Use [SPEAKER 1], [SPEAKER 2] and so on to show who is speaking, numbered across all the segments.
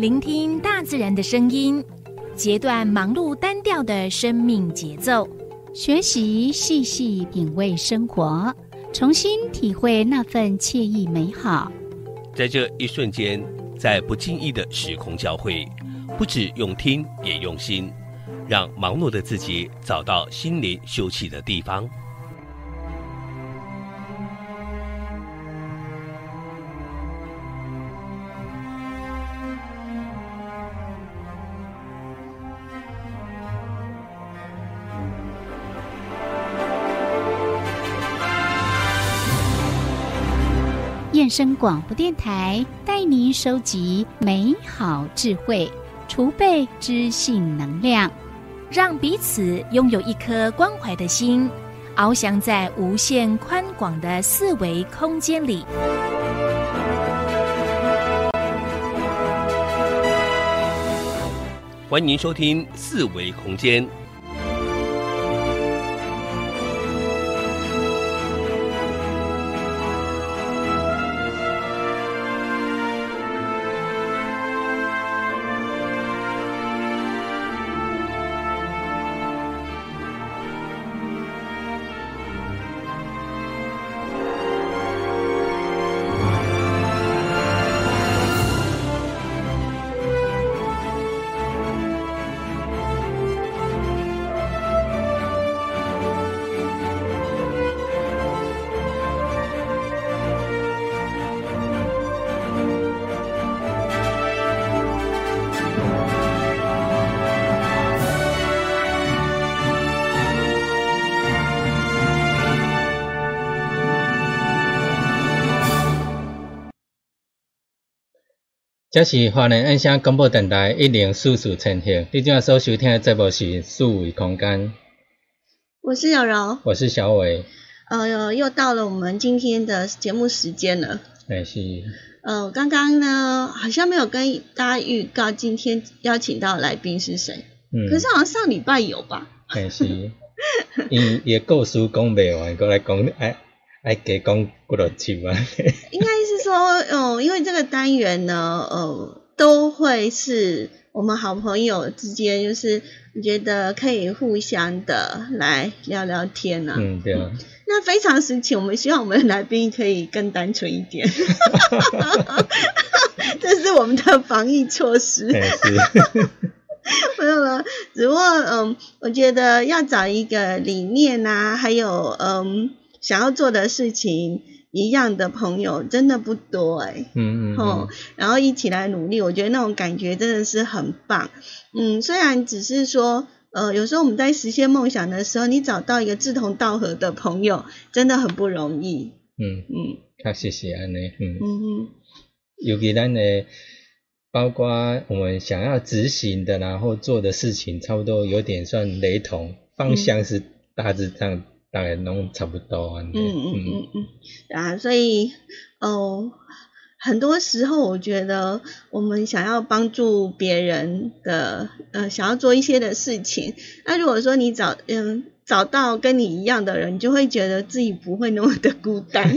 [SPEAKER 1] 聆听大自然的声音，截断忙碌单调的生命节奏，
[SPEAKER 2] 学习细细品味生活，重新体会那份惬意美好。
[SPEAKER 3] 在这一瞬间，在不经意的时空交汇，不只用听也用心，让忙碌的自己找到心灵休憩的地方。
[SPEAKER 2] 燕声广播电台带您收集美好智慧，储备知性能量，
[SPEAKER 1] 让彼此拥有一颗关怀的心，翱翔在无限宽广的四维空间里。
[SPEAKER 3] 欢迎收听四维空间。
[SPEAKER 4] 这是华人音响广播电台104.4千赫，你正所收听的节目是四维空间。
[SPEAKER 5] 我是柔柔，
[SPEAKER 4] 我是小伟。
[SPEAKER 5] 又到了我们今天的节目时间了。
[SPEAKER 4] 是。
[SPEAKER 5] 刚刚呢好像没有跟大家预告今天邀请到的来宾是谁。可是好像上礼拜有吧？
[SPEAKER 4] 是。伊也故事讲袂完，过来讲爱加讲几落集啊。
[SPEAKER 5] 应该是说，因为这个单元呢，都会是我们好朋友之间，就是觉得可以互相的来聊聊天啊。
[SPEAKER 4] 对啊。
[SPEAKER 5] 那非常时期，我们希望我们的来宾可以更单纯一点。这是我们的防疫措施。没有了，只不过我觉得要找一个理念啊，还有想要做的事情一样的朋友真的不多然后一起来努力，我觉得那种感觉真的是很棒。虽然只是说有时候我们在实现梦想的时候，你找到一个志同道合的朋友真的很不容易。
[SPEAKER 4] 确实是安尼。尤其咱的包括我们想要执行的然后做的事情差不多有点算雷同，方向是大致上大概都差不多
[SPEAKER 5] 所以很多时候我觉得我们想要帮助别人的想要做一些的事情，那如果说你找到跟你一样的人，你就会觉得自己不会那么的孤单。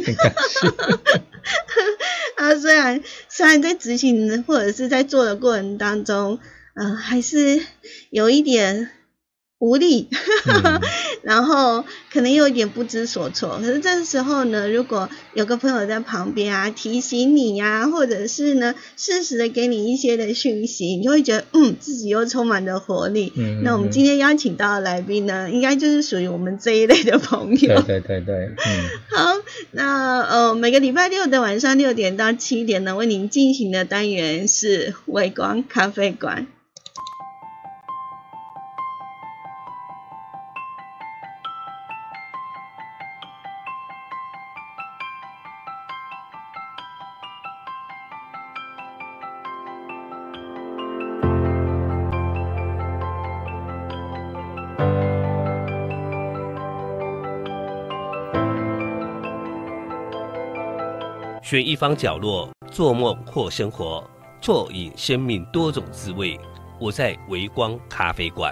[SPEAKER 5] 虽然在执行或者是在做的过程当中还是有一点无力然后可能有一点不知所措，可是这时候呢，如果有个朋友在旁边啊提醒你啊，或者是呢适时的给你一些的讯息，你就会觉得自己又充满了活力。那我们今天邀请到的来宾呢，应该就是属于我们这一类的朋友。
[SPEAKER 4] 对。
[SPEAKER 5] 好，那每个礼拜六的晚上6点到7点呢，为您进行的单元是微光咖啡馆。
[SPEAKER 3] 选一方角落，做梦或生活，啜饮生命多种滋味。我在微光咖啡馆。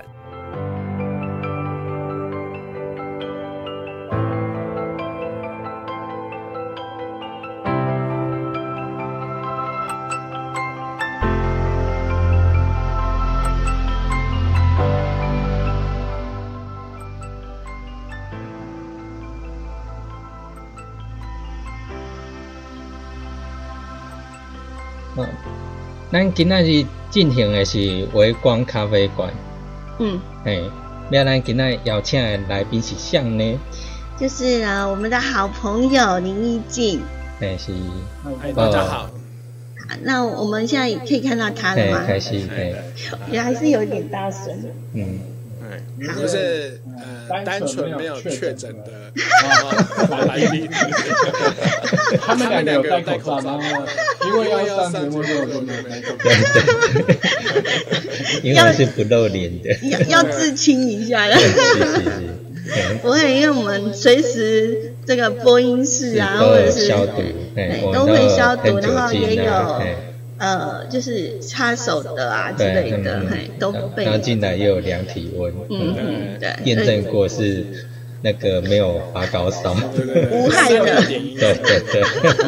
[SPEAKER 4] 咱今仔日进行的是微光咖啡馆。要咱今仔邀请的来宾是谁呢？
[SPEAKER 5] 就是我们的好朋友林义静。
[SPEAKER 4] 是。
[SPEAKER 6] 大家好。
[SPEAKER 5] 那我们现在可以看到他了吗？
[SPEAKER 4] 开始。
[SPEAKER 5] 也还是有点大声。
[SPEAKER 6] 就是单纯没有确诊的来宾，
[SPEAKER 7] 他们两个有戴口罩，因为要上节目就没戴口罩。
[SPEAKER 4] 因为是不露脸的，
[SPEAKER 5] 要自清一下的。不会，因为我们随时这个播音室啊，或者是
[SPEAKER 4] 消毒，
[SPEAKER 5] 都会消毒，然后也有。就是擦手的啊之类的，都备。
[SPEAKER 4] 然后进来也有量体温，对，验证过是那个没有发高烧，
[SPEAKER 5] 无害的。
[SPEAKER 4] 对。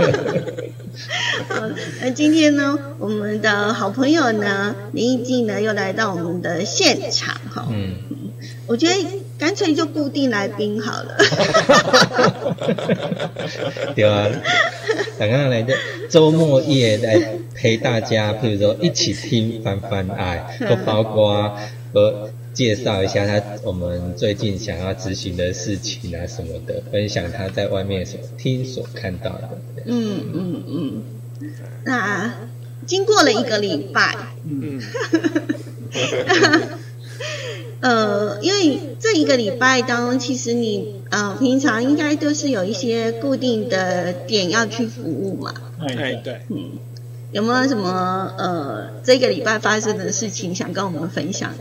[SPEAKER 5] 好，那今天呢，我们的好朋友呢，林义静呢，又来到我们的现场哈。我觉得干脆就固定来宾好了。
[SPEAKER 4] 对啊，刚刚来的周末夜来陪大家，譬如说一起听翻翻爱，都包括介绍一下我们最近想要执行的事情啊什么的，分享他在外面所听所看到的。
[SPEAKER 5] 那经过了1个礼拜，因为这1个礼拜当中，其实你平常应该都是有一些固定的点要去服务嘛。
[SPEAKER 6] 对。
[SPEAKER 5] 有没有什么这个礼拜发生的事情想跟我们分享的？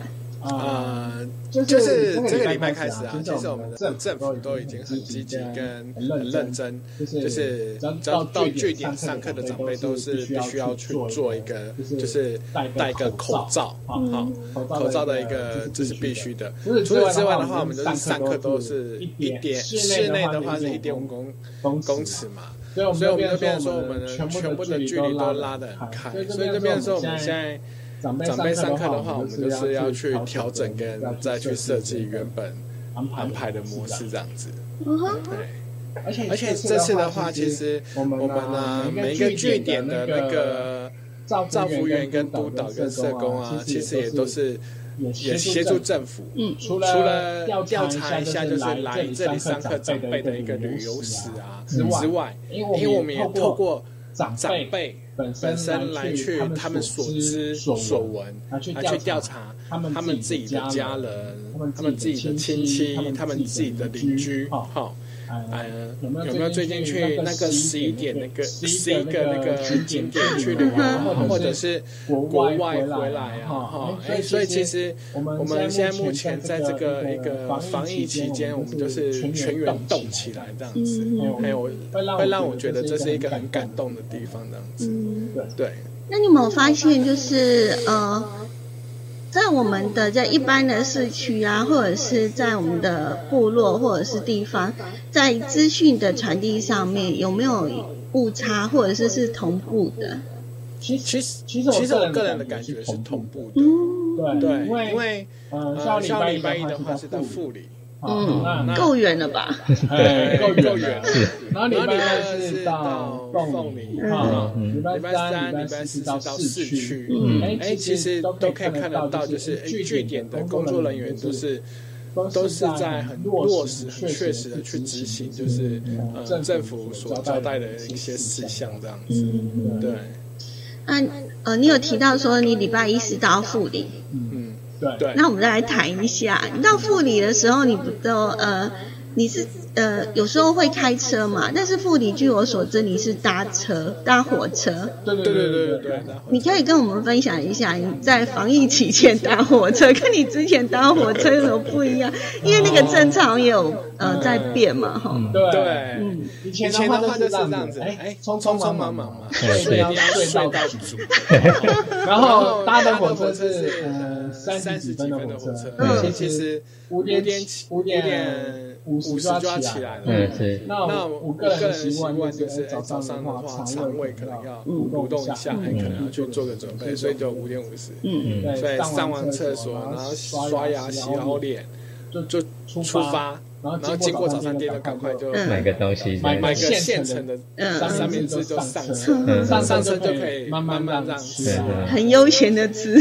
[SPEAKER 6] 就是这个礼拜开始啊，其实我们的政府都已经很积极跟很认真，就是只要到据点上课的长辈都是必须要去做一个，就是戴一个口罩，口罩的一个这是必须的。除此之外的话，我们就是上课都是室内的话是1.5公尺嘛。所以我们就变成说，我们的全部的距离都拉得很开，所以就变成说，我们现在长辈上课的话，我们就是要去调整跟再去设计原本安排的模式这样子。对，而且这次的话，其实我们呢每一个据点的那个照服员跟督导跟社工啊，其实也都是。也协助政府，除了调查一下，就是来这里上课长辈的一个旅游史啊之外，因为我们也透过长辈本身来去他们所知所闻，来去调查他们自己的家人、他们自己的亲戚、他们自己的邻居，有没有最近去那个11点那个11个那个景点去旅游，或者是国外回来啊？所以其实我们现在目前在这个一个防疫期间，我们就是全员动起来这样子，会让我觉得这是一个很感动的地方这样子。对。
[SPEAKER 5] 那你有没有发现，就是在我们的在一般的市区啊，或者是在我们的部落或者是地方，在资讯的传递上面有没有误差，或者是同步的？
[SPEAKER 6] 其实我个人的感觉是同步的。对，因为像礼拜一的话是到富里。
[SPEAKER 5] 够远了吧？
[SPEAKER 6] 够远。
[SPEAKER 7] 然后礼拜二是到凤梨，
[SPEAKER 6] 礼拜三、礼拜四到市区。其实都可以看得到，就是据点的工作人员都是在很落实、很确实的去执行，就是政府所交代的一些事项这样子。对。
[SPEAKER 5] 你有提到说你礼拜一是到富里。
[SPEAKER 6] 对，
[SPEAKER 5] 那我们再来谈一下，你到富里的时候，你不都你是有时候会开车嘛？但是富里据我所知，你是搭火车。
[SPEAKER 6] 对。
[SPEAKER 5] 你可以跟我们分享一下你在防疫期间搭火车，跟你之前搭火车有什么不一样？因为那个政策好像也有在变嘛，哈。
[SPEAKER 6] 对，以前的话就是这样子，匆匆忙忙嘛，睡到足。
[SPEAKER 7] 然后搭的火车是30几分的火车，
[SPEAKER 6] 其实5点50就要起来了。那我个人习惯就是早上的话，肠胃可能要蠕动一下，还可能要去做个准备，所以就5点50。所以上完厕所，然后刷牙、洗好脸，就出发。
[SPEAKER 7] 然后经过早餐店就赶快就
[SPEAKER 4] 买个东西，
[SPEAKER 7] 买个现成的三明治就上车，上车就可以慢慢让吃，
[SPEAKER 5] 很悠闲的吃。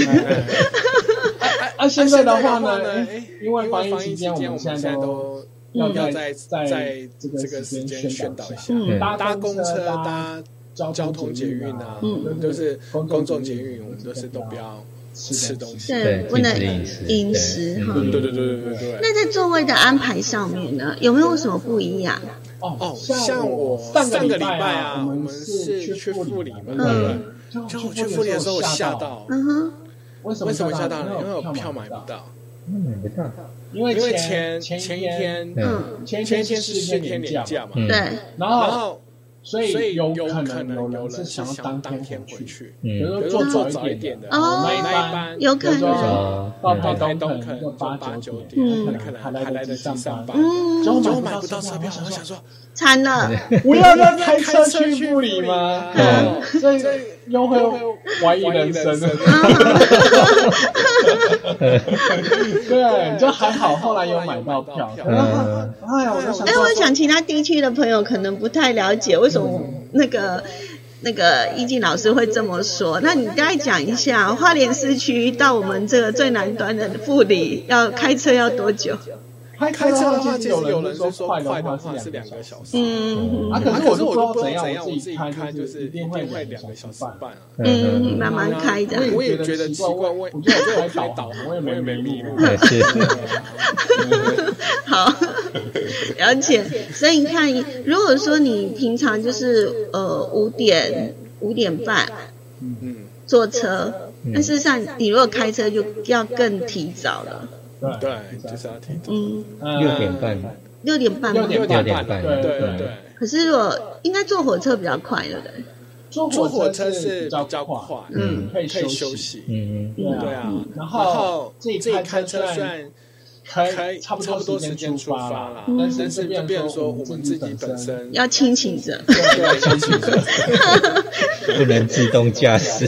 [SPEAKER 7] 现在的话呢，因为防疫期间，我们现在都要在这个时间宣导一下，搭公车、搭交通捷运啊，就是公众捷运，我们都不要吃东西，
[SPEAKER 5] 对，不能饮食哈。对。那在座位的安排上面呢，有没有什么不一样？
[SPEAKER 7] 像我上个礼拜啊，我们是去富里嘛，就我去富里的时候，我吓到。为什么吓到呢？因为我票买不到。
[SPEAKER 4] 买不到。
[SPEAKER 7] 因为前一天是4天连假嘛，
[SPEAKER 5] 对，
[SPEAKER 7] 然后所以有可能有人是想要当天回去，比如说坐早一点的那一班，
[SPEAKER 5] 有可能
[SPEAKER 7] 到台东可能就8、9点，可能还来得及上班，结果买不到车票，我想说
[SPEAKER 5] 惨了，
[SPEAKER 7] 不要再开车去富里吗？所以又会怀疑人生了。对，就还好，后来有买到票。
[SPEAKER 5] 我想其他地区的朋友可能不太了解为什么那个依静老师会这么说。那你大概讲一下，花莲市区到我们这个最南端的富里要开车要多久？
[SPEAKER 7] 开车的话，其实有人说快的话是2个小时。可是我都不知道怎样，我自己开就是一定会2个小时半啊。
[SPEAKER 5] 慢慢开的。
[SPEAKER 7] 我也觉得奇怪，我觉得我开导航，我也没迷路。
[SPEAKER 5] 好，了解。所以你看，如果说你平常就是5点半，坐车，但事实上你如果开车就要更提早了。
[SPEAKER 7] 对，就是要提早。
[SPEAKER 4] 6点半吗？
[SPEAKER 5] 6点半。
[SPEAKER 7] 对。
[SPEAKER 5] 可是如果应该坐火车比较快，对不对？
[SPEAKER 7] 坐火车是比较快，可以休息。对啊。然后自己开车虽然差不多时间出发啦，但是就变成说我们自己本身
[SPEAKER 5] 要清醒着，
[SPEAKER 7] 对，清醒着，
[SPEAKER 4] 不能自动驾驶。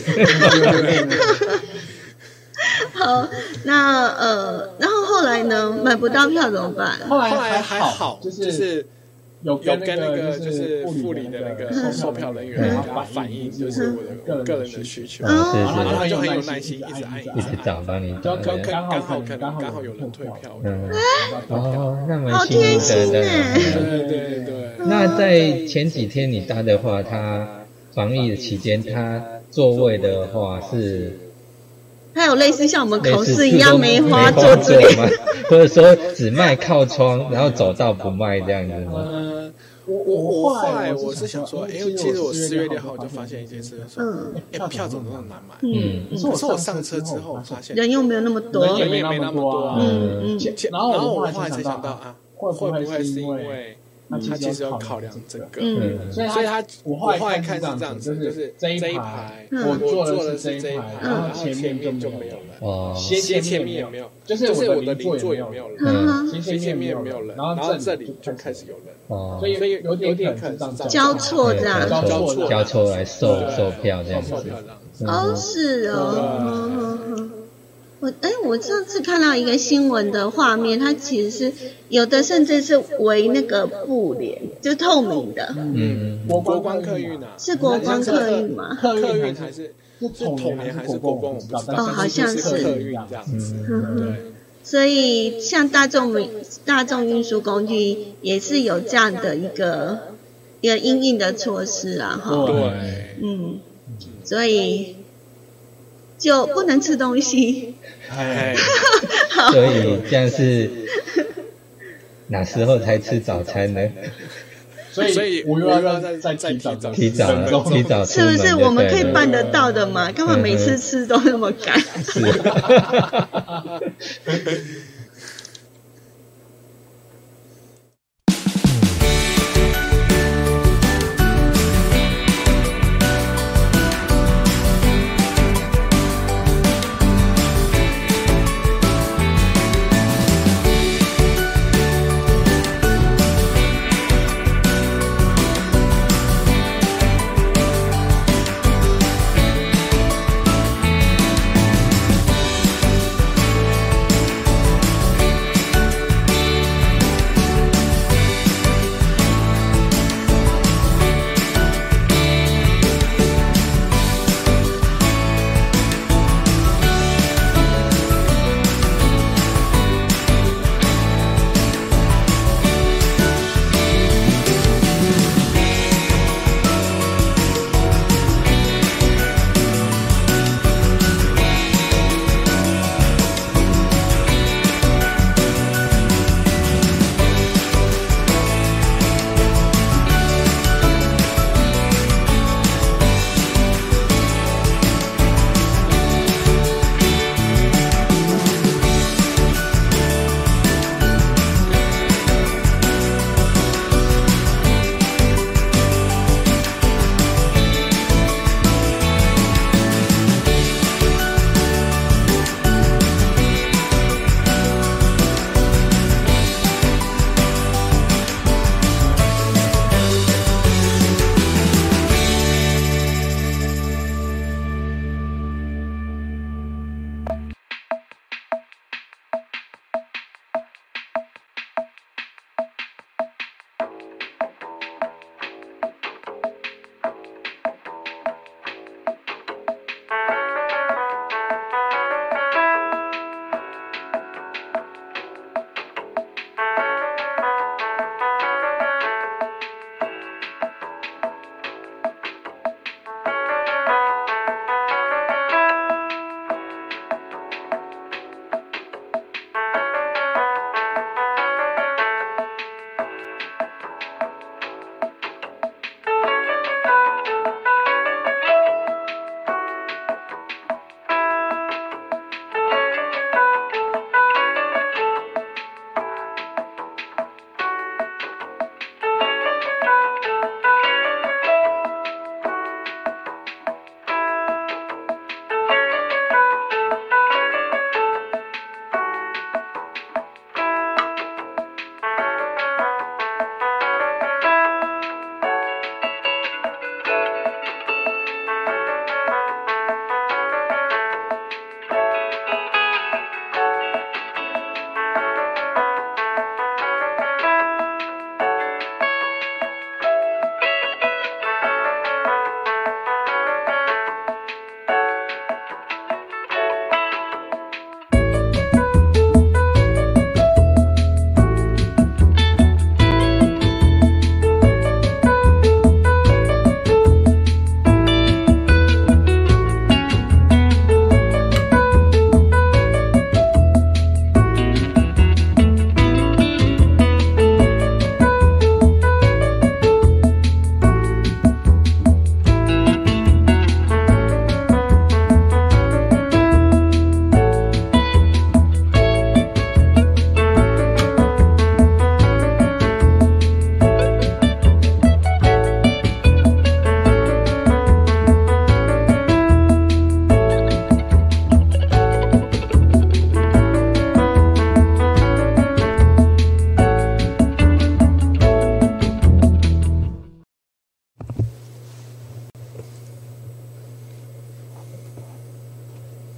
[SPEAKER 5] 好，那然后后来呢？买不到票怎么办？
[SPEAKER 7] 后来还好，就是有跟那个就是富里的那个售票人员他反映，就是我的个人的需求，然后他就很有耐心，一直
[SPEAKER 4] 找帮你，
[SPEAKER 7] 刚好有人退票，
[SPEAKER 4] 那蛮
[SPEAKER 5] 好贴心
[SPEAKER 7] 的，对。
[SPEAKER 4] 那在前几天你搭的话，他防疫的期间，他座位的话是。
[SPEAKER 5] 它有类似像我们考试一样梅花座之类
[SPEAKER 4] 吗？或者说只卖靠窗，然后走道不卖这样子吗？
[SPEAKER 7] 我后来我是想说，其实我4月6号就发现一件事，说，票怎么那么难买？可是我上车之后发现
[SPEAKER 5] 人又没有那么多，
[SPEAKER 7] 人也没那么多，然后我后来才想到啊，会不会是因为他其实要考量这个，所以我后来看是这样子，就是这一排我坐的是这一排，然后前面就没有人，斜前面也没有，就是我的邻座也没有人，斜前面也没有人，然后这里就开始有人，所以有点可能
[SPEAKER 5] 交错这样，
[SPEAKER 4] 交错来售票这样子。
[SPEAKER 5] 是哦。我上次看到一个新闻的画面，它其实是有的甚至是围那个布帘，就是透明的。
[SPEAKER 7] 国光客运啊，
[SPEAKER 5] 是国光客运吗？
[SPEAKER 7] 客运还是统联还是国光？我不知道。
[SPEAKER 5] 好像是
[SPEAKER 7] 客运这样子。对。
[SPEAKER 5] 所以像大众运输工具也是有这样的一个因应的措施啊，哈。
[SPEAKER 7] 对。
[SPEAKER 5] 所以就不能吃东西。
[SPEAKER 4] 所以这样是哪时候才吃早餐呢？
[SPEAKER 7] 所以我又要再提
[SPEAKER 4] 早，
[SPEAKER 5] 是不是我们可以办得到的嘛？干嘛每次吃都那么赶？
[SPEAKER 4] 是。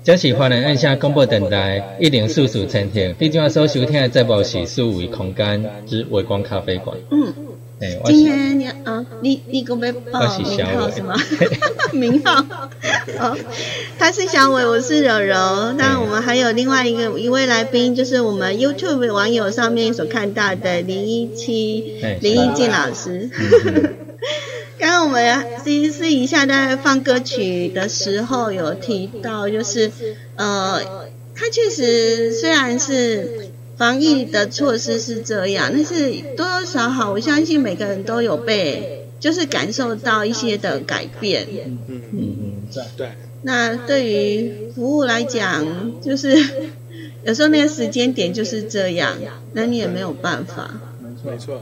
[SPEAKER 4] 这是华人按下广播电台104.4千赫，你今晚所收听的节目是数位空间之微光咖啡馆。
[SPEAKER 5] 今天你给我们报名号是吗？名号他是小伟，我是柔柔。那我们还有另外一位来宾，就是我们 YouTube 网友上面所看到的林一静老师。刚刚我们私底下在放歌曲的时候有提到，就是他确实虽然是防疫的措施是这样，但是多多少少我相信每个人都有就是感受到一些的改变。
[SPEAKER 6] 对。
[SPEAKER 5] 那对于服务来讲，就是有时候那个时间点就是这样，那你也没有办法。
[SPEAKER 6] 没错。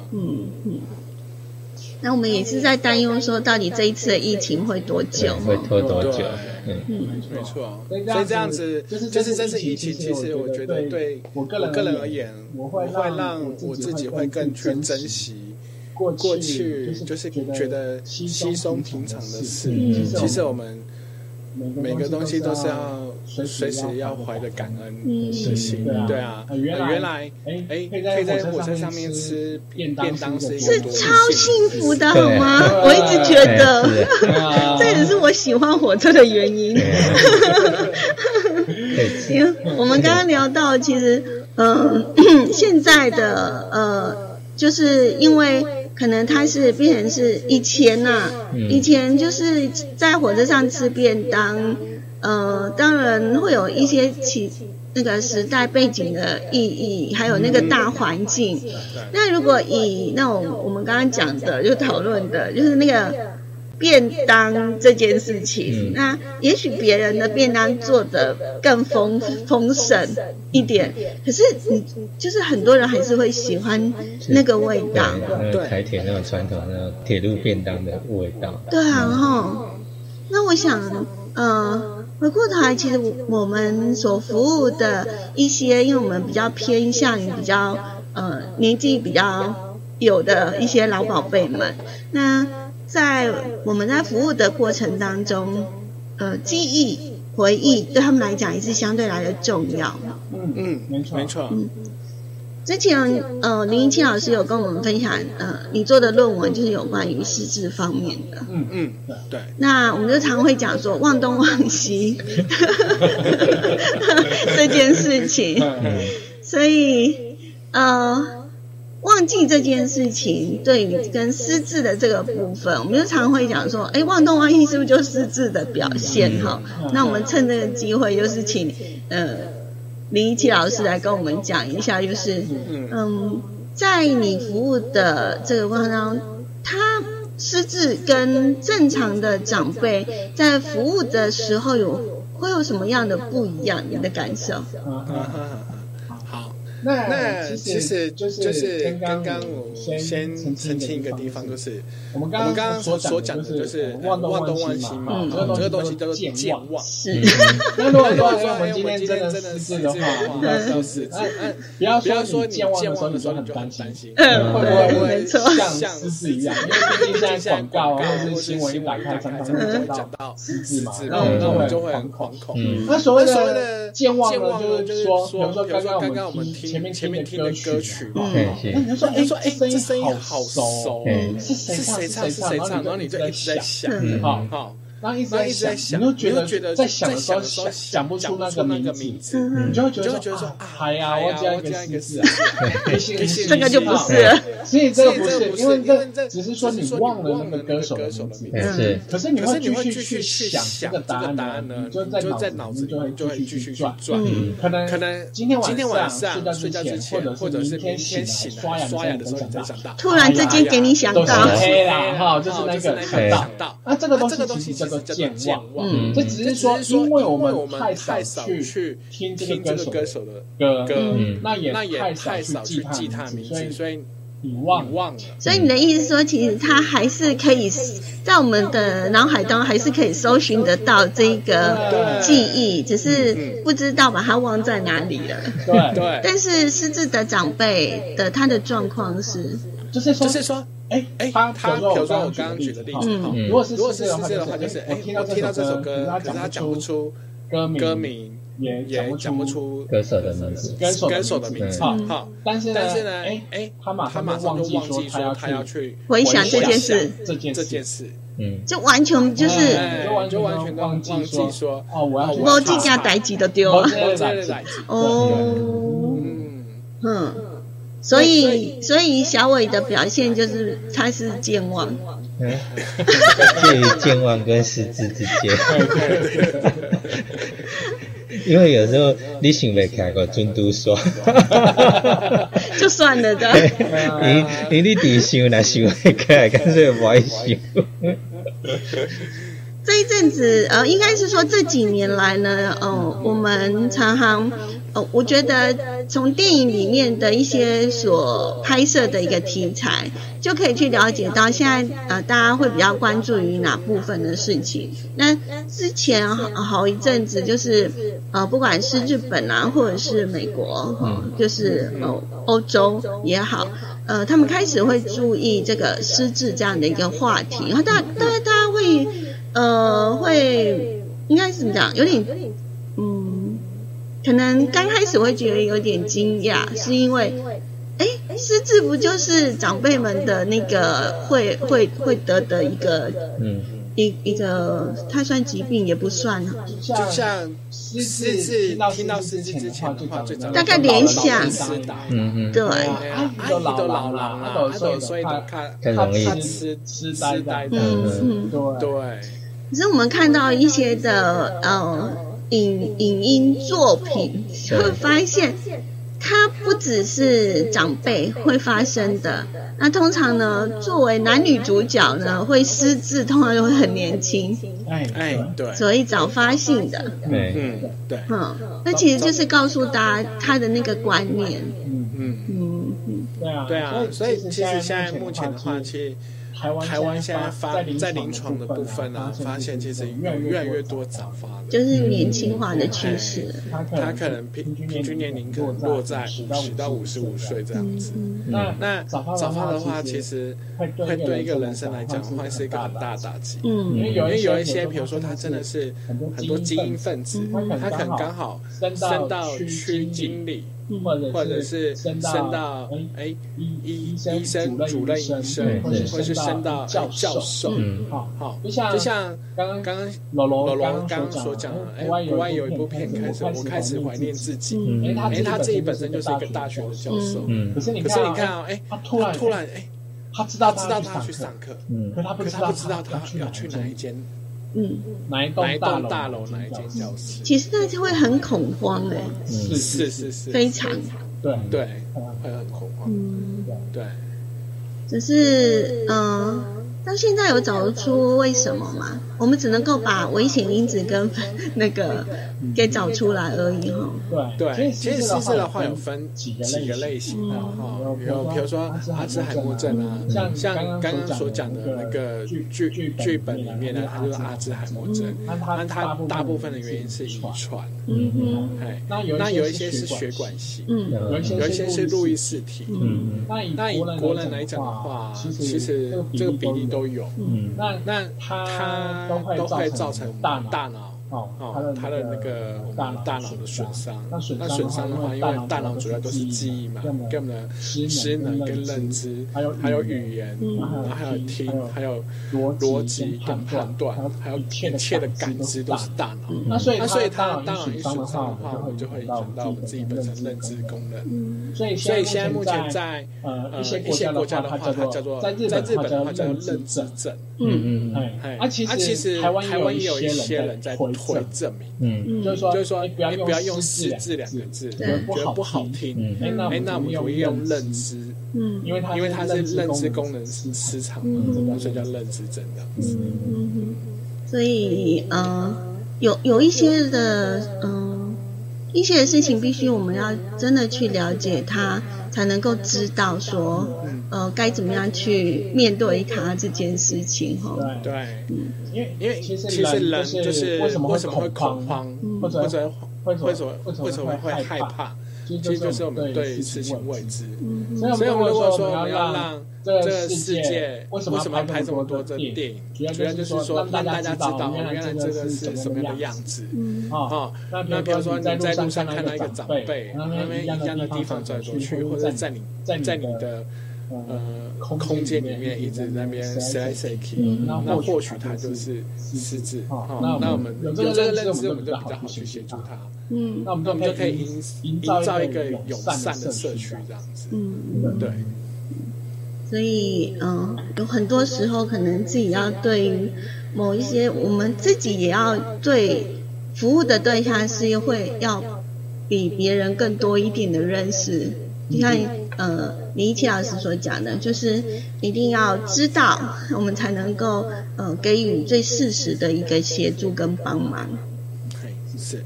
[SPEAKER 5] 那我们也是在担忧说，到底这一次的疫情会多久？
[SPEAKER 4] 会拖多久？
[SPEAKER 6] 没错。所以这样子，就是这次疫情，其实我觉得对我个人而言，我会让我自己会更去珍惜过去，就是觉得稀松平常的事。其实我们每个东西都是要随时要怀着感恩的心。对啊，原来可以在火车上面吃便当是
[SPEAKER 5] 超幸福的，好吗？我一直觉得这也是我喜欢火车的原因。因为我们刚刚聊到，其实现在的就是因为可能它是变成是以前以前就是在火车上吃便当，当然会有一些那个时代背景的意义，还有那个大环境。那如果以那种我们刚刚讲的就讨论的，就是那个便当这件事情，那也许别人的便当做得更丰盛一点，可是就是很多人还是会喜欢那个味道。
[SPEAKER 4] 对，台铁那种传统那种铁路便当的味道。
[SPEAKER 5] 对啊，那我想，回过头来，其实我们所服务的一些，因为我们比较偏向于比较年纪比较有的一些老宝贝们，那在我们在服务的过程当中，记忆回忆对他们来讲也是相对来的重要。
[SPEAKER 6] 没错。
[SPEAKER 5] 之前林一清老师有跟我们分享，你做的论文就是有关于失智方面的。
[SPEAKER 6] 对。
[SPEAKER 5] 那我们就常会讲说忘东忘西这件事情，所以忘记这件事情对于跟失智的这个部分，我们就常会讲说，忘东忘西是不是就失智的表现？那我们趁这个机会，就是请林一清老师来跟我们讲一下，就是在你服务的这个过程当中，他失智跟正常的长辈在服务的时候会有什么样的不一样？你的感受？
[SPEAKER 6] 那其实就是刚刚我先澄清一个地方，就是我们刚刚所讲的就是忘东忘西嘛，这个东西叫做健忘。
[SPEAKER 7] 是。那如果说我们今天真的失智的话，不要失智，不要说你健忘的时候你就很担心，会不会像失智一样？因为毕竟现在广告啊或者是新闻一打开，常常会讲到失智嘛，那我们就会很惶恐。那所谓的健忘呢，就是说，比如说刚刚我们前面听的歌曲嘛，那你就说这声音好熟，是谁唱？然后你就一直在想，好。然后一直在想，你就觉得在想的时候想不出那个名字，你就会觉得说哎呀，我加一个字啊，
[SPEAKER 5] 这个就不是，
[SPEAKER 7] 所以这个不是，因为这只是说你忘了那个歌手的名字，可是你会继续去想这个答案呢，你就在脑子里就会继续转，可能今天晚上睡觉之前，或者是明天醒来刷牙的时候你才想到，
[SPEAKER 5] 突然之间给你想到，
[SPEAKER 7] 哈，就是那个想到，那这个东西其实叫做健忘，这只是说，因为我们太少去听这个歌手的歌，那也太少去记他的名字，所以你忘了。
[SPEAKER 5] 所以你的意思说，其实他还是可以在我们的脑海当中还是可以搜寻得到这个记忆，只是不知道把它忘在哪里了。
[SPEAKER 7] 对。
[SPEAKER 5] 但是失智的长辈的他的状况是，
[SPEAKER 7] 就是说。他比如说我刚刚举的例子，如果是失智的话，就是我听到这首歌，可是他讲不出歌名， 也讲不出
[SPEAKER 4] 歌手的名字，
[SPEAKER 7] 歌手的名字。好，但是呢，他马上就忘记说他要去
[SPEAKER 5] 回想这件事，就完全就是，
[SPEAKER 7] 就完全忘记说哦，
[SPEAKER 5] 我这件代志都丢了。所以小伟的表现就是他是健忘，
[SPEAKER 4] 介于健忘跟失智之间。因为有时候你想不起来个准拄煞，
[SPEAKER 5] 就算了的。
[SPEAKER 4] 因你伫想，若想不起来，干脆不爱想。
[SPEAKER 5] 这一阵子，应该是说这几年来呢，我们常常，我觉得从电影里面的一些所拍摄的一个题材，就可以去了解到现在大家会比较关注于哪部分的事情。那之前好一阵子就是不管是日本啊，或者是美国，就是欧洲也好，他们开始会注意这个失智这样的一个话题，然后大家会。会应该是怎么讲？有点，可能刚开始会觉得有点惊讶，是因为，失智不就是长辈们的那个会得的一个，一个，它算疾病也不算，
[SPEAKER 7] 就像失智，听到失智之前的话，最早
[SPEAKER 5] 大概联想，对，
[SPEAKER 7] 阿姨都老了，所以他
[SPEAKER 4] 容易
[SPEAKER 7] 痴呆的，对。
[SPEAKER 5] 可是我们看到一些的影音作品，会发现它不只是长辈会发生的。那通常呢，作为男女主角呢，会失智，通常都会很年轻，
[SPEAKER 7] 对，
[SPEAKER 5] 所以早发性的，
[SPEAKER 7] 对，
[SPEAKER 5] 那其实就是告诉大家他的那个观念，
[SPEAKER 7] 对啊，所以其实现在目前的话，其实。台湾现在在临床的部分呢，发现其实有越来越多早发的，
[SPEAKER 5] 就是年轻化的趋势。
[SPEAKER 7] 他可能平均年龄可能落在50到55岁这样子。那早发的话，其实会对一个人生来讲的话，是一个很大的打击。因为有一些，比如说他真的是很多精英分子，他可能刚好升到区经理。或者是升到医生主任医生，或者是升到教授，好，就像刚刚罗刚刚所讲的，国外有一部片我开始怀念自己，他自己本身就是一个大学的教授，可是你看啊，他突然他知道他要去上课，可是他不知道他要去哪一间。哪一栋大楼哪一间教室？
[SPEAKER 5] 其实那就会很恐慌
[SPEAKER 7] 是，
[SPEAKER 5] 非常
[SPEAKER 7] 对，会很恐慌，对。
[SPEAKER 5] 只是到现在有找出为什么吗？我们只能够把危险因子跟那个给找出来而已哈。
[SPEAKER 7] 对，其实失智的话有分几个类型的哈，比如说阿兹海默症啊，像刚刚所讲的那个剧本里面呢，它就是阿兹海默症，它大部分的原因是遗传，那有一些是血管型，有一些是路易氏体，那以国人来讲的话，其实这个比例都有，那它都会造成大脑它的那个我们大脑的损伤。那损伤的话，因为大脑主要都是记忆嘛，跟我们的失能跟认知，还有语言，然后还有听，还有逻辑跟判断，还有一切的感知都是大脑。那所以它大脑一损伤的话，我们就会影响到我们自己本身认知功能。所以现在目前在一些国家的话，它叫做在日本的话叫做认知症。其实台湾也有一些人在推证明，就是说不要用失智两个字，觉得不好听。那我们可以用认知，因为它是认知功能失常嘛，所以叫认知症这样子。
[SPEAKER 5] 所以有一些的一些事情必须我们要真的去了解它，才能够知道说该怎么样去面对它这件事情哈。
[SPEAKER 7] 对，因为其实人就是为什么会恐慌，或者为什么会害怕， 其实就是我们对事情未知。所以我们如果说我们要让这个世界为什么要拍这么多这电影，主要就是说让大家知道原来这个是什么样的样子。那比如说你在路上看到一个长辈，他们一样的地方走来走去，或者在你的空间里面一直在那边 say 来 say去，那或许他就是失智。那我们有这个认知，我们就比较好去协助他。那我们就可以营造一个友善的社区这样子。对。
[SPEAKER 5] 所以有很多时候可能自己要对于某一些，我们自己也要对服务的对象是会要比别人更多一点的认识。你看李一琦老师所讲的，就是一定要知道，我们才能够给予最适时的一个协助跟帮忙。
[SPEAKER 7] 是。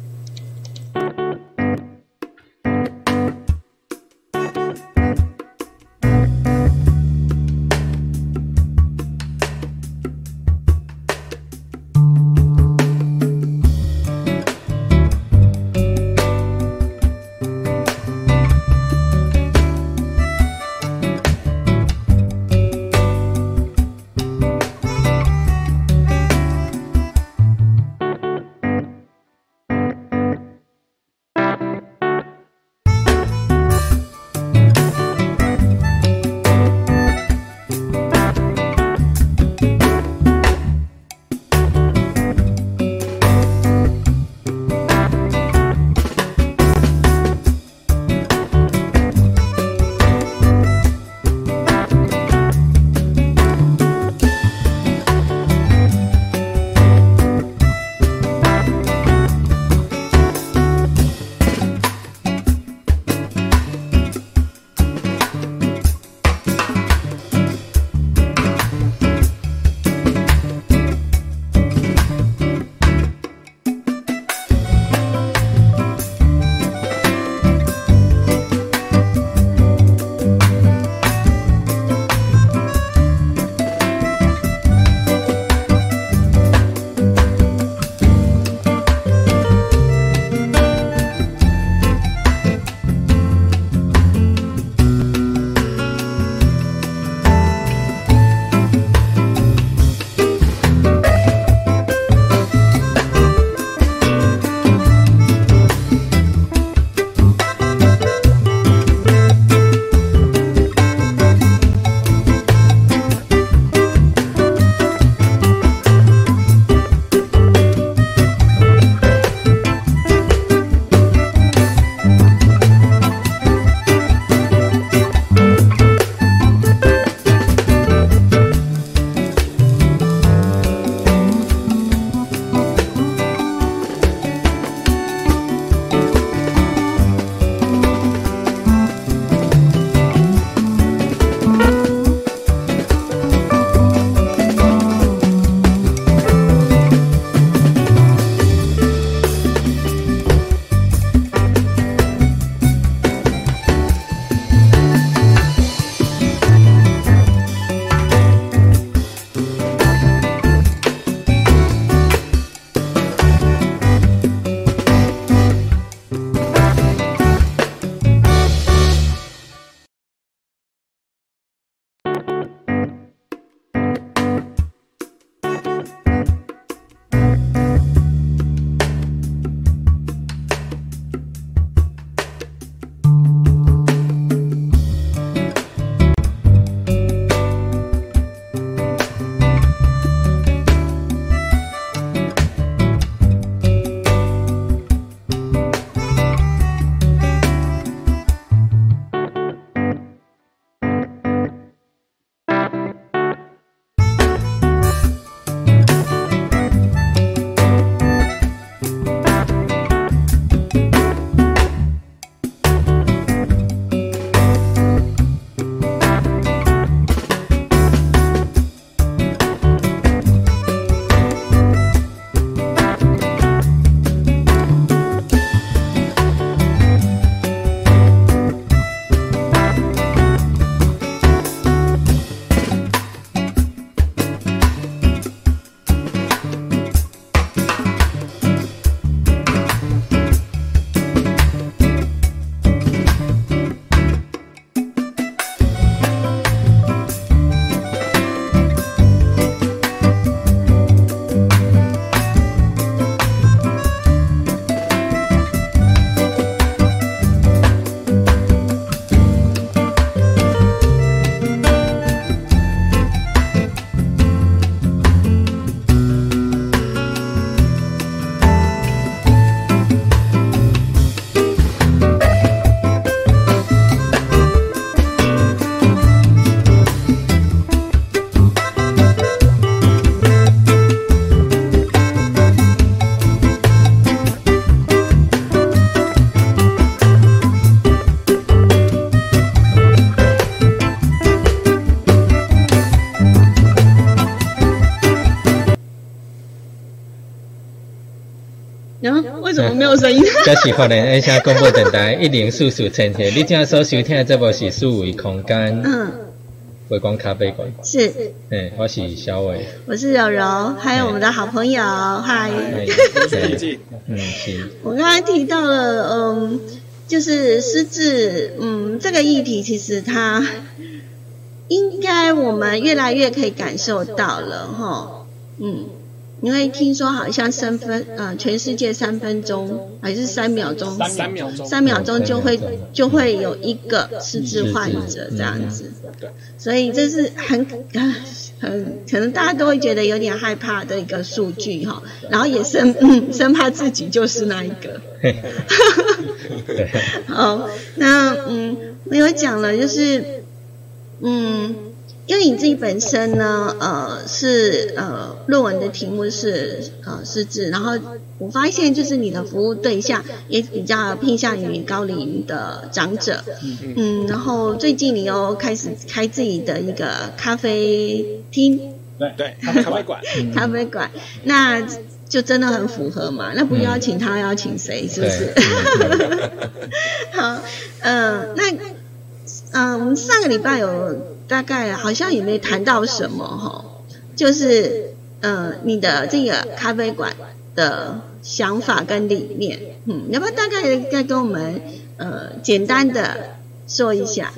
[SPEAKER 5] 怎么没有声音？
[SPEAKER 4] 这是花莲爱声广播电台104.7，你正所收听的节目是数位空间。微光咖啡馆
[SPEAKER 5] 是，
[SPEAKER 4] 我是小伟，
[SPEAKER 5] 我是柔柔，还有我们的好朋友，嗨，
[SPEAKER 4] 是，
[SPEAKER 5] 我刚才提到了，就是失智，这个议题其实它应该我们越来越可以感受到了齁，因为听说好像全世界3分钟还是3秒钟，3秒钟就会有一个失智患者这样子，所以这是很可能大家都会觉得有点害怕的一个数据哈，然后也生怕自己就是那一个。好，那我有讲了，就是因为你自己本身呢，是论文的题目是失智，然后我发现就是你的服务对象也比较偏向于高龄的长者，然后最近你又开始开自己的一个咖啡厅，
[SPEAKER 6] 对，咖啡馆，
[SPEAKER 5] 咖啡馆，那就真的很符合嘛？那不邀请他，邀请谁？是不是？好，那我们上个礼拜有。大概好像也没谈到什么齁，就是你的这个咖啡馆的想法跟理念，要不要大概再跟我们简单的说一下？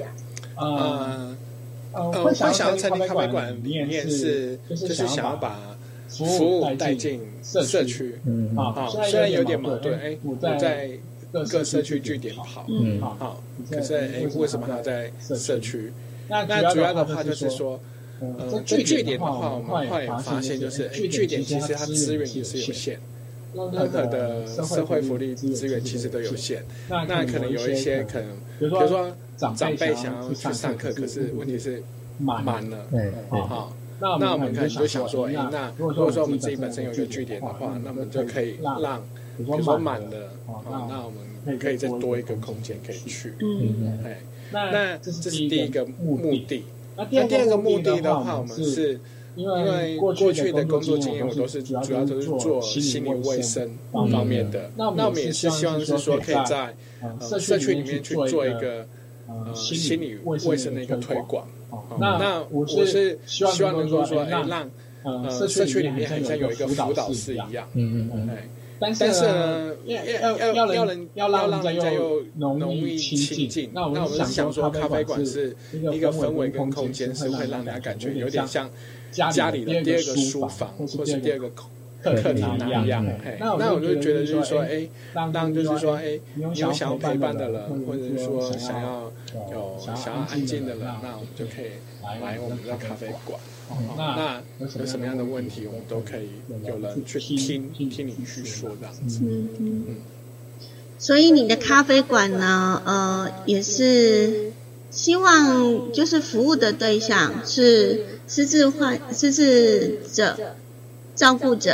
[SPEAKER 6] 我想要成立咖啡馆的理念是，就是想要把服务带进社区，虽然有点矛盾，我在各社区据点跑，可是为什么还要在社区？那主要的话就是说，这据点的话，我们后来发现就是，据点其实它资源也是有限，任何的社会福利资源其实都有限。那可能有一些可能，比如说长辈想要去上课，可是问题是满了，好，那我们可能就想说，那如果说我们自己本身有一个据点的话，那我们就可以让，比如说满了，那我们可以再多一个空间可以去，那这是第一个目的。那第二个目的的话，我们是因为过去的工作经验，我都是主要都是做心理卫生方面的。那我们也是希望是说，可以在社区里面去做一个心理卫生的一个推广。那我是希望能够说，让社区里面很像有一个辅导室一样。但是呢，要让人家又容易亲近。那我们是想说，咖啡馆是一个氛围跟空间，是会让人家感觉有点像家里的第二个书房，或是第二个客厅那样。那我就觉得就是说，让就是说，你有想要陪伴的人，或者是说想要安静的人，那我们就可以来我们的咖啡馆。那有什么样的问题，我们都可以有人去听你去说这样子。
[SPEAKER 5] 所以你的咖啡馆呢，也是希望就是服务的对象是失智者、照顾者，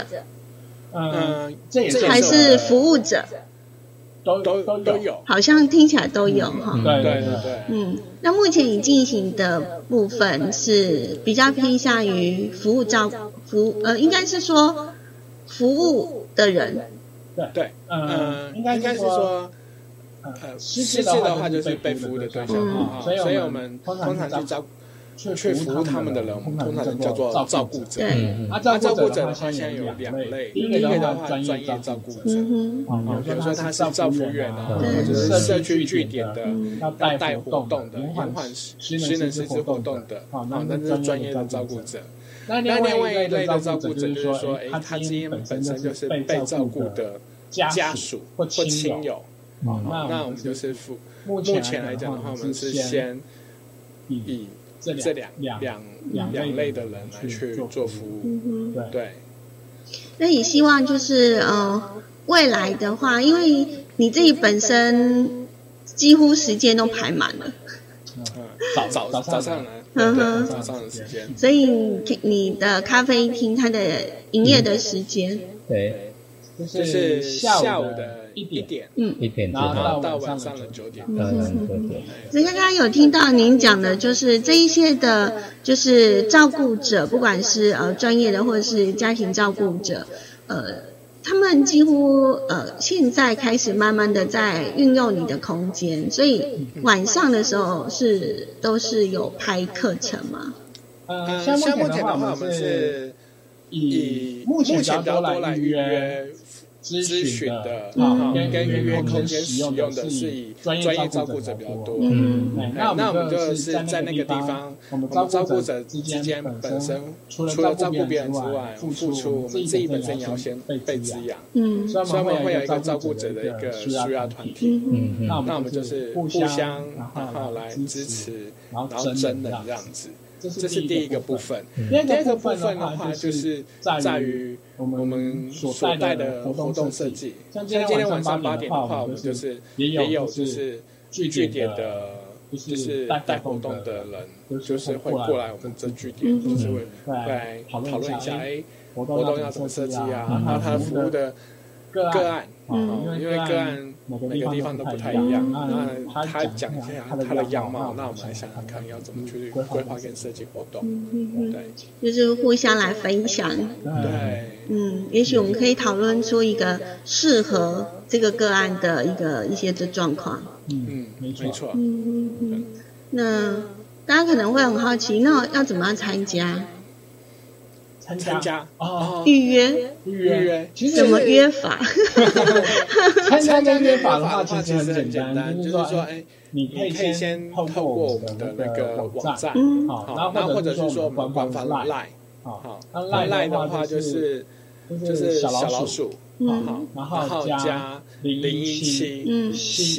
[SPEAKER 5] 还是服务者？
[SPEAKER 6] 都有，
[SPEAKER 5] 好像听起来都有哈。
[SPEAKER 6] 对。
[SPEAKER 5] 那目前你进行的部分是比较偏向于应该是说服务的人。
[SPEAKER 6] 对，应该是说，失智的话就是被服务的对象，所以我们通常去服务他们的人，我们通常叫做照顾者。照顾者的话，现在有2类，第一个的话专业照顾者，比如说他是照服员啊，或者是社区据点的要带活动的，延缓失能失智活动的，那这是专业的照顾者。那另外一类的照顾者就是说，他今天本身就是被照顾的家属或亲友，那我们就是目前来讲的话，我们是先以这两类的人来去做服务，对。
[SPEAKER 5] 那你希望就是未来的话，因为你自己本身几乎时间都排满了，
[SPEAKER 6] 早上呢，早上的时间，
[SPEAKER 5] 所以你的咖啡厅它的营业的时间，
[SPEAKER 4] 对，
[SPEAKER 6] 就是下午的1点
[SPEAKER 4] ，1点
[SPEAKER 6] 然后到晚上的9点。
[SPEAKER 5] 所以刚刚有听到您讲的，就是这一些的，就是照顾者，不管是专业的或者是家庭照顾者， 他们几乎现在开始慢慢的在运用你的空间，所以晚上的时候都是有拍课程吗？
[SPEAKER 7] 像目前的话，我们是以目前比较多来预约咨询的，跟预约空间使用的是以专业照顾者比较多。那我们就是在那个地方，我们照顾者之间本身除了照顾别人之外，付出我们自己本身也要先被滋养。所以我们会有一个照顾者的一个需要团体。那我们就是互相然后来支持，然后真人这样子。这是第一个部分。第二个部分的话，就是在于我们所带的活动设计。像今天晚上8点的话，我们就是也有就是据点的，就是带活动的人，就是会过来我们这据点，就是会来讨论一下，活动要怎么设计啊，还有他的服务的个案。因为个案每个地方都不太一样，那他讲一下他的样貌，那我们来想想看要怎么去规划跟设计活动。对，
[SPEAKER 5] 就是互相来分享。
[SPEAKER 7] 对，
[SPEAKER 5] 也许我们可以讨论出一个适合这个个案的一些的状况。
[SPEAKER 7] 没错。
[SPEAKER 5] 那大家可能会很好奇，那要怎么样参加？
[SPEAKER 7] 参加
[SPEAKER 5] 预约，怎么约法？
[SPEAKER 7] 参加约法的话，其实很简单，就是说，你可以先透过我们的那个网站，然后或者是说我们官方 LINE， LINE 的话就是小老鼠，然后加017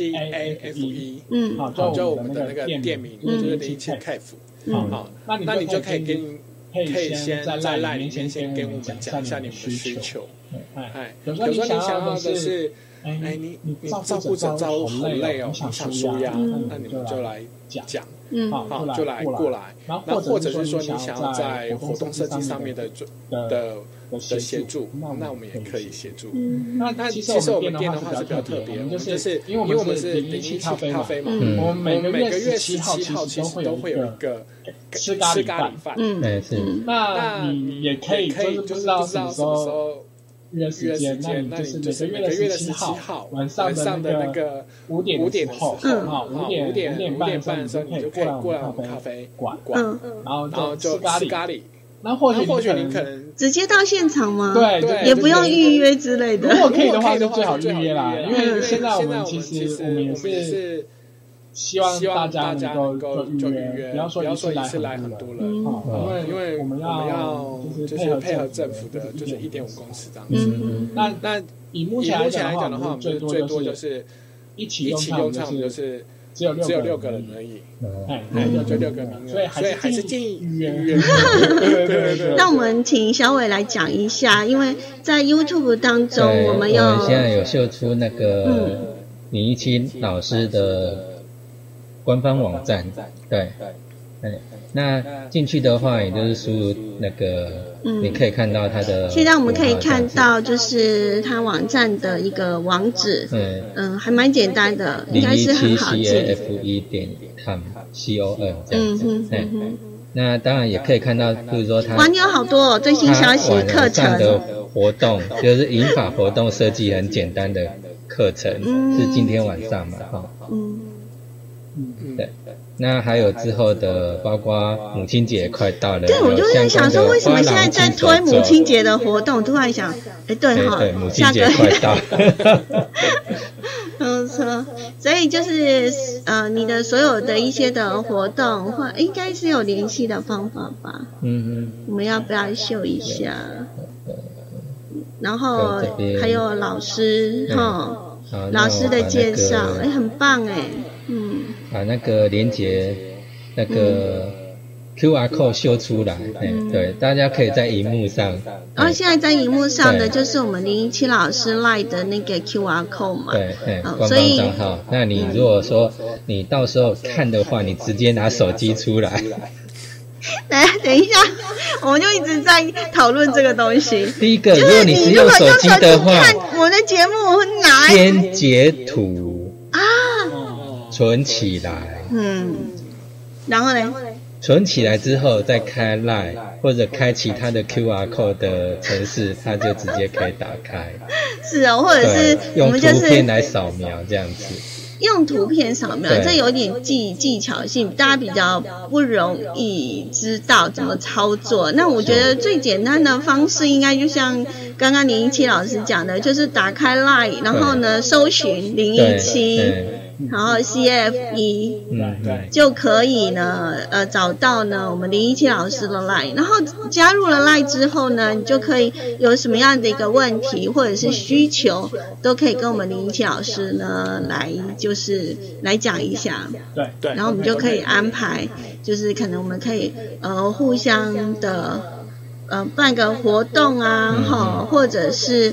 [SPEAKER 7] CAFE，就我们的那个店名就是017 CAFE，那你就可以先在 LINE 里面先跟我们讲一下你们的需求。有时候你想要的是，你照顾者照顾好累哦，你想舒压，那你们就来讲，就来过来。然后或者是说你想要在活动设计上面的协助，那我们也可以协助。那其实我们店的话是比较特别，就是因为我们是017咖啡嘛，我们每个月17号其实都会有一个吃咖喱饭。那你也可以就是不知道什么时候约时间，那你就是每个月的17号晚上的那个5点后，5点半的时候你就可以过来我们咖啡馆，然后就吃咖喱。然后或许你可能
[SPEAKER 5] 直接到现场吗？
[SPEAKER 7] 对，
[SPEAKER 5] 也不用预约之类的。
[SPEAKER 7] 如果可以的话，就最好预约啦，因为现在我们其实我们也是希望大家能够就预约，不要说一次来很多人，因为我们要就是配合政府的，就是1.5公尺这样子。那以目前来讲的话，我们最多就是一起用餐，就是只有6个人而已，就6个名额，所以还是建议预约。对。
[SPEAKER 5] 那我们请小伟来讲一下，因为在 YouTube 当中，我们
[SPEAKER 4] 现在有秀出那个李一清老师的官方网站，对。那进去的话，也就是输入那个，你可以看到它的。
[SPEAKER 5] 现在我们可以看到，就是它网站的一个网址，还蛮简单的，应该是很好记。
[SPEAKER 4] 017cafe.com 这样子。那当然也可以看到，比如说它。
[SPEAKER 5] 哇，你有好多最新消息课程。
[SPEAKER 4] 晚上的活动就是银发活动设计很简单的课程，是今天晚上嘛，对。那还有之后的，包括母亲节快到了，
[SPEAKER 5] 对，我就在想说，为什么现在在推母亲节的活动？突然想，对，
[SPEAKER 4] 母亲节快到了。
[SPEAKER 5] 所以就是你的所有的一些的活动，或应该是有联系的方法吧？我们要不要秀一下？然后还有老师老师的介绍，很棒哎。
[SPEAKER 4] 把那个连结那个 QR code 秀出来，对，大家可以在荧幕上。
[SPEAKER 5] 然后现在在荧幕上的就是我们017老师 LINE 的那个 QR code 嘛，
[SPEAKER 4] 对，官方账号。那你如果说你到时候看的话，你直接拿手机出来。
[SPEAKER 5] 等一下，我们就一直在讨论这个东西。
[SPEAKER 4] 第一个，如果你是用手机的话，
[SPEAKER 5] 看我的节目，我拿
[SPEAKER 4] 先截图存起来。
[SPEAKER 5] 然后呢？
[SPEAKER 4] 存起来之后再开 LINE 或者开其他的 QR code 的程式，它就直接可以打开。
[SPEAKER 5] 是哦，或者是
[SPEAKER 4] 用图片来扫描这样子。
[SPEAKER 5] 用图片扫描，这有点技巧性，大家比较不容易知道怎么操作。那我觉得最简单的方式，应该就像刚刚林117老师讲的，就是打开 LINE， 然后呢搜寻017。然后 CF1 就可以呢，找到呢我们林117老师的 LINE， 然后加入了 LINE 之后呢，你就可以有什么样的一个问题或者是需求，都可以跟我们林117老师呢来讲一下。
[SPEAKER 7] 对，
[SPEAKER 5] 然后我们就可以安排，就是可能我们可以互相的办个活动啊，或者是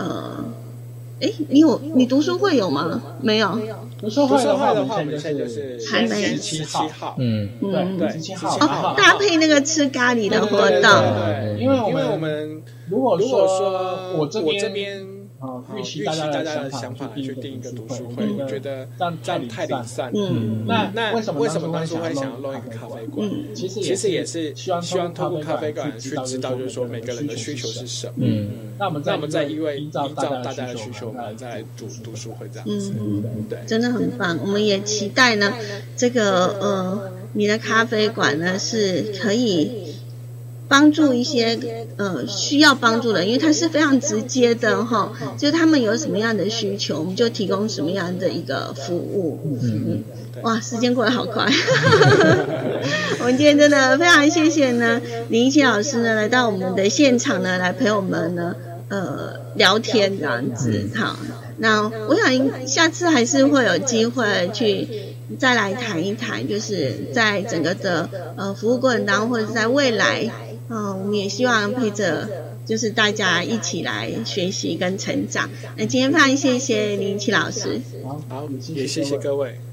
[SPEAKER 5] 你读书会有吗？没有。
[SPEAKER 7] 读书会的话，我们现在就是
[SPEAKER 5] 还没
[SPEAKER 7] 17号，
[SPEAKER 5] 对
[SPEAKER 7] ，17号
[SPEAKER 5] 搭配那个吃咖喱的活动。
[SPEAKER 7] 对，因为我们如果说我这边预期大家的想法去定一个读书会，我觉得这样太零散了。那为什么当初会想要弄一个咖啡馆？其实也是希望透过咖啡馆去知道，就是说每个人的需求是什么。那我们再因为依照大家的需求，我们再来读书会这样子。对，
[SPEAKER 5] 真的很棒。我们也期待呢，这个你的咖啡馆呢是可以帮助一些需要帮助的，因为它是非常直接的哈，就他们有什么样的需求，我们就提供什么样的一个服务。哇，时间过得好快。我们今天真的非常谢谢呢林117老师呢来到我们的现场呢，来陪我们呢聊天这样子。好，那我想下次还是会有机会去再来谈一谈，就是在整个的服务过程当中，或者是在未来我们也希望陪着就是大家一起来学习跟成长。那今天非常谢谢林117老师。
[SPEAKER 7] 好，也谢谢各位。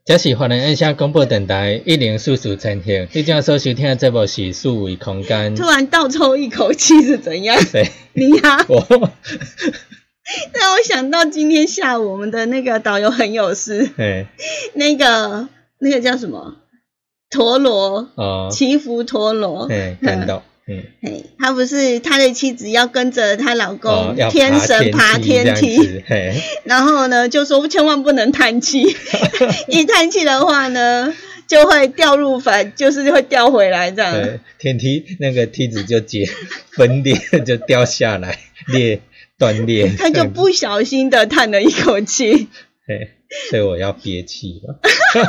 [SPEAKER 4] 这是华人音响广播电台104.3千赫，你正所收听的节目是数位空间。
[SPEAKER 5] 突然倒抽一口气是怎样？
[SPEAKER 4] 谁？
[SPEAKER 5] 你呀、
[SPEAKER 4] 我。
[SPEAKER 5] 让我想到今天下午我们的那个导游很有事，那个叫什么？陀螺哦，祈福陀螺，
[SPEAKER 4] 看到。
[SPEAKER 5] 他不是他的妻子要跟着她老公天神爬天梯，然后呢就说千万不能叹气，一叹气的话呢就会掉入凡，就是会掉回来这样。
[SPEAKER 4] 对，天梯那个梯子就分裂就掉下来，断裂。
[SPEAKER 5] 他就不小心的叹了一口气，
[SPEAKER 4] 所以我要憋气了。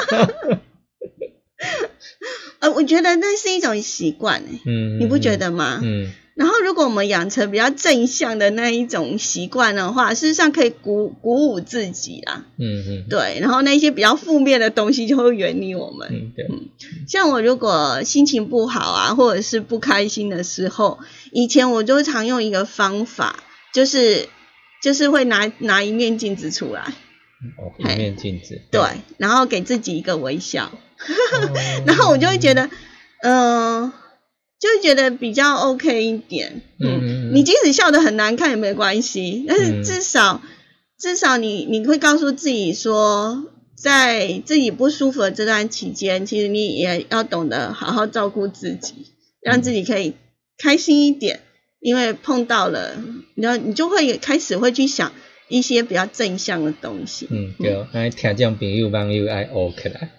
[SPEAKER 5] 我觉得那是一种习惯，你不觉得吗？然后如果我们养成比较正向的那一种习惯的话，事实上可以鼓舞自己啦。对，然后那些比较负面的东西就会远离我们。像我如果心情不好啊，或者是不开心的时候，以前我就常用一个方法，就是会拿一面镜子出来。
[SPEAKER 4] 一面镜子。
[SPEAKER 5] 对，然后给自己一个微笑。然后我就会觉得，就会觉得比较 OK 一点。你即使笑得很难看也没关系，但是至少你会告诉自己说，在自己不舒服的这段期间，其实你也要懂得好好照顾自己，让自己可以开心一点。因为碰到了，你就会开始会去想一些比较正向的东西。
[SPEAKER 4] 对，爱听众朋友网友爱学起来。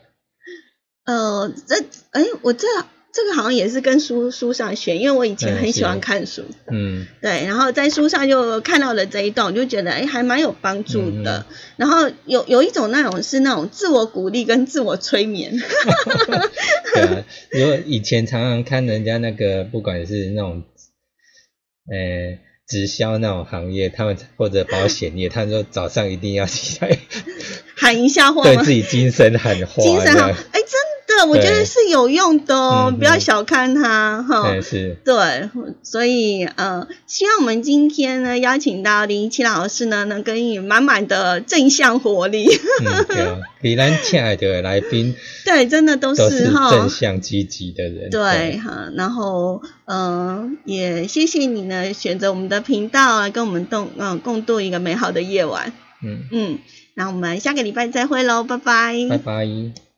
[SPEAKER 5] 我这个好像也是跟书上学，因为我以前很喜欢看书。对，然后在书上就看到了这一段，我就觉得还蛮有帮助的。然后有一种那种是那种自我鼓励跟自我催眠。
[SPEAKER 4] 对啊，如果以前常常看人家那个，不管是那种直销那种行业，他们或者保险业，他们说早上一定要起来
[SPEAKER 5] 喊一下话吗？
[SPEAKER 4] 对自己精神喊话，
[SPEAKER 5] 精神好，真的，我觉得是有用的哦，不要小看它哈。
[SPEAKER 4] 是，
[SPEAKER 5] 对，所以希望我们今天呢邀请到林一七老师呢，能给你满满的正向活力。
[SPEAKER 4] 对啊，比咱请来的来宾，
[SPEAKER 5] 对，真的都是
[SPEAKER 4] 正向积极的人。
[SPEAKER 5] 对哈，然后也谢谢你呢，选择我们的频道来跟我们共度一个美好的夜晚。那我们下个礼拜再会喽，拜拜。
[SPEAKER 4] 拜拜。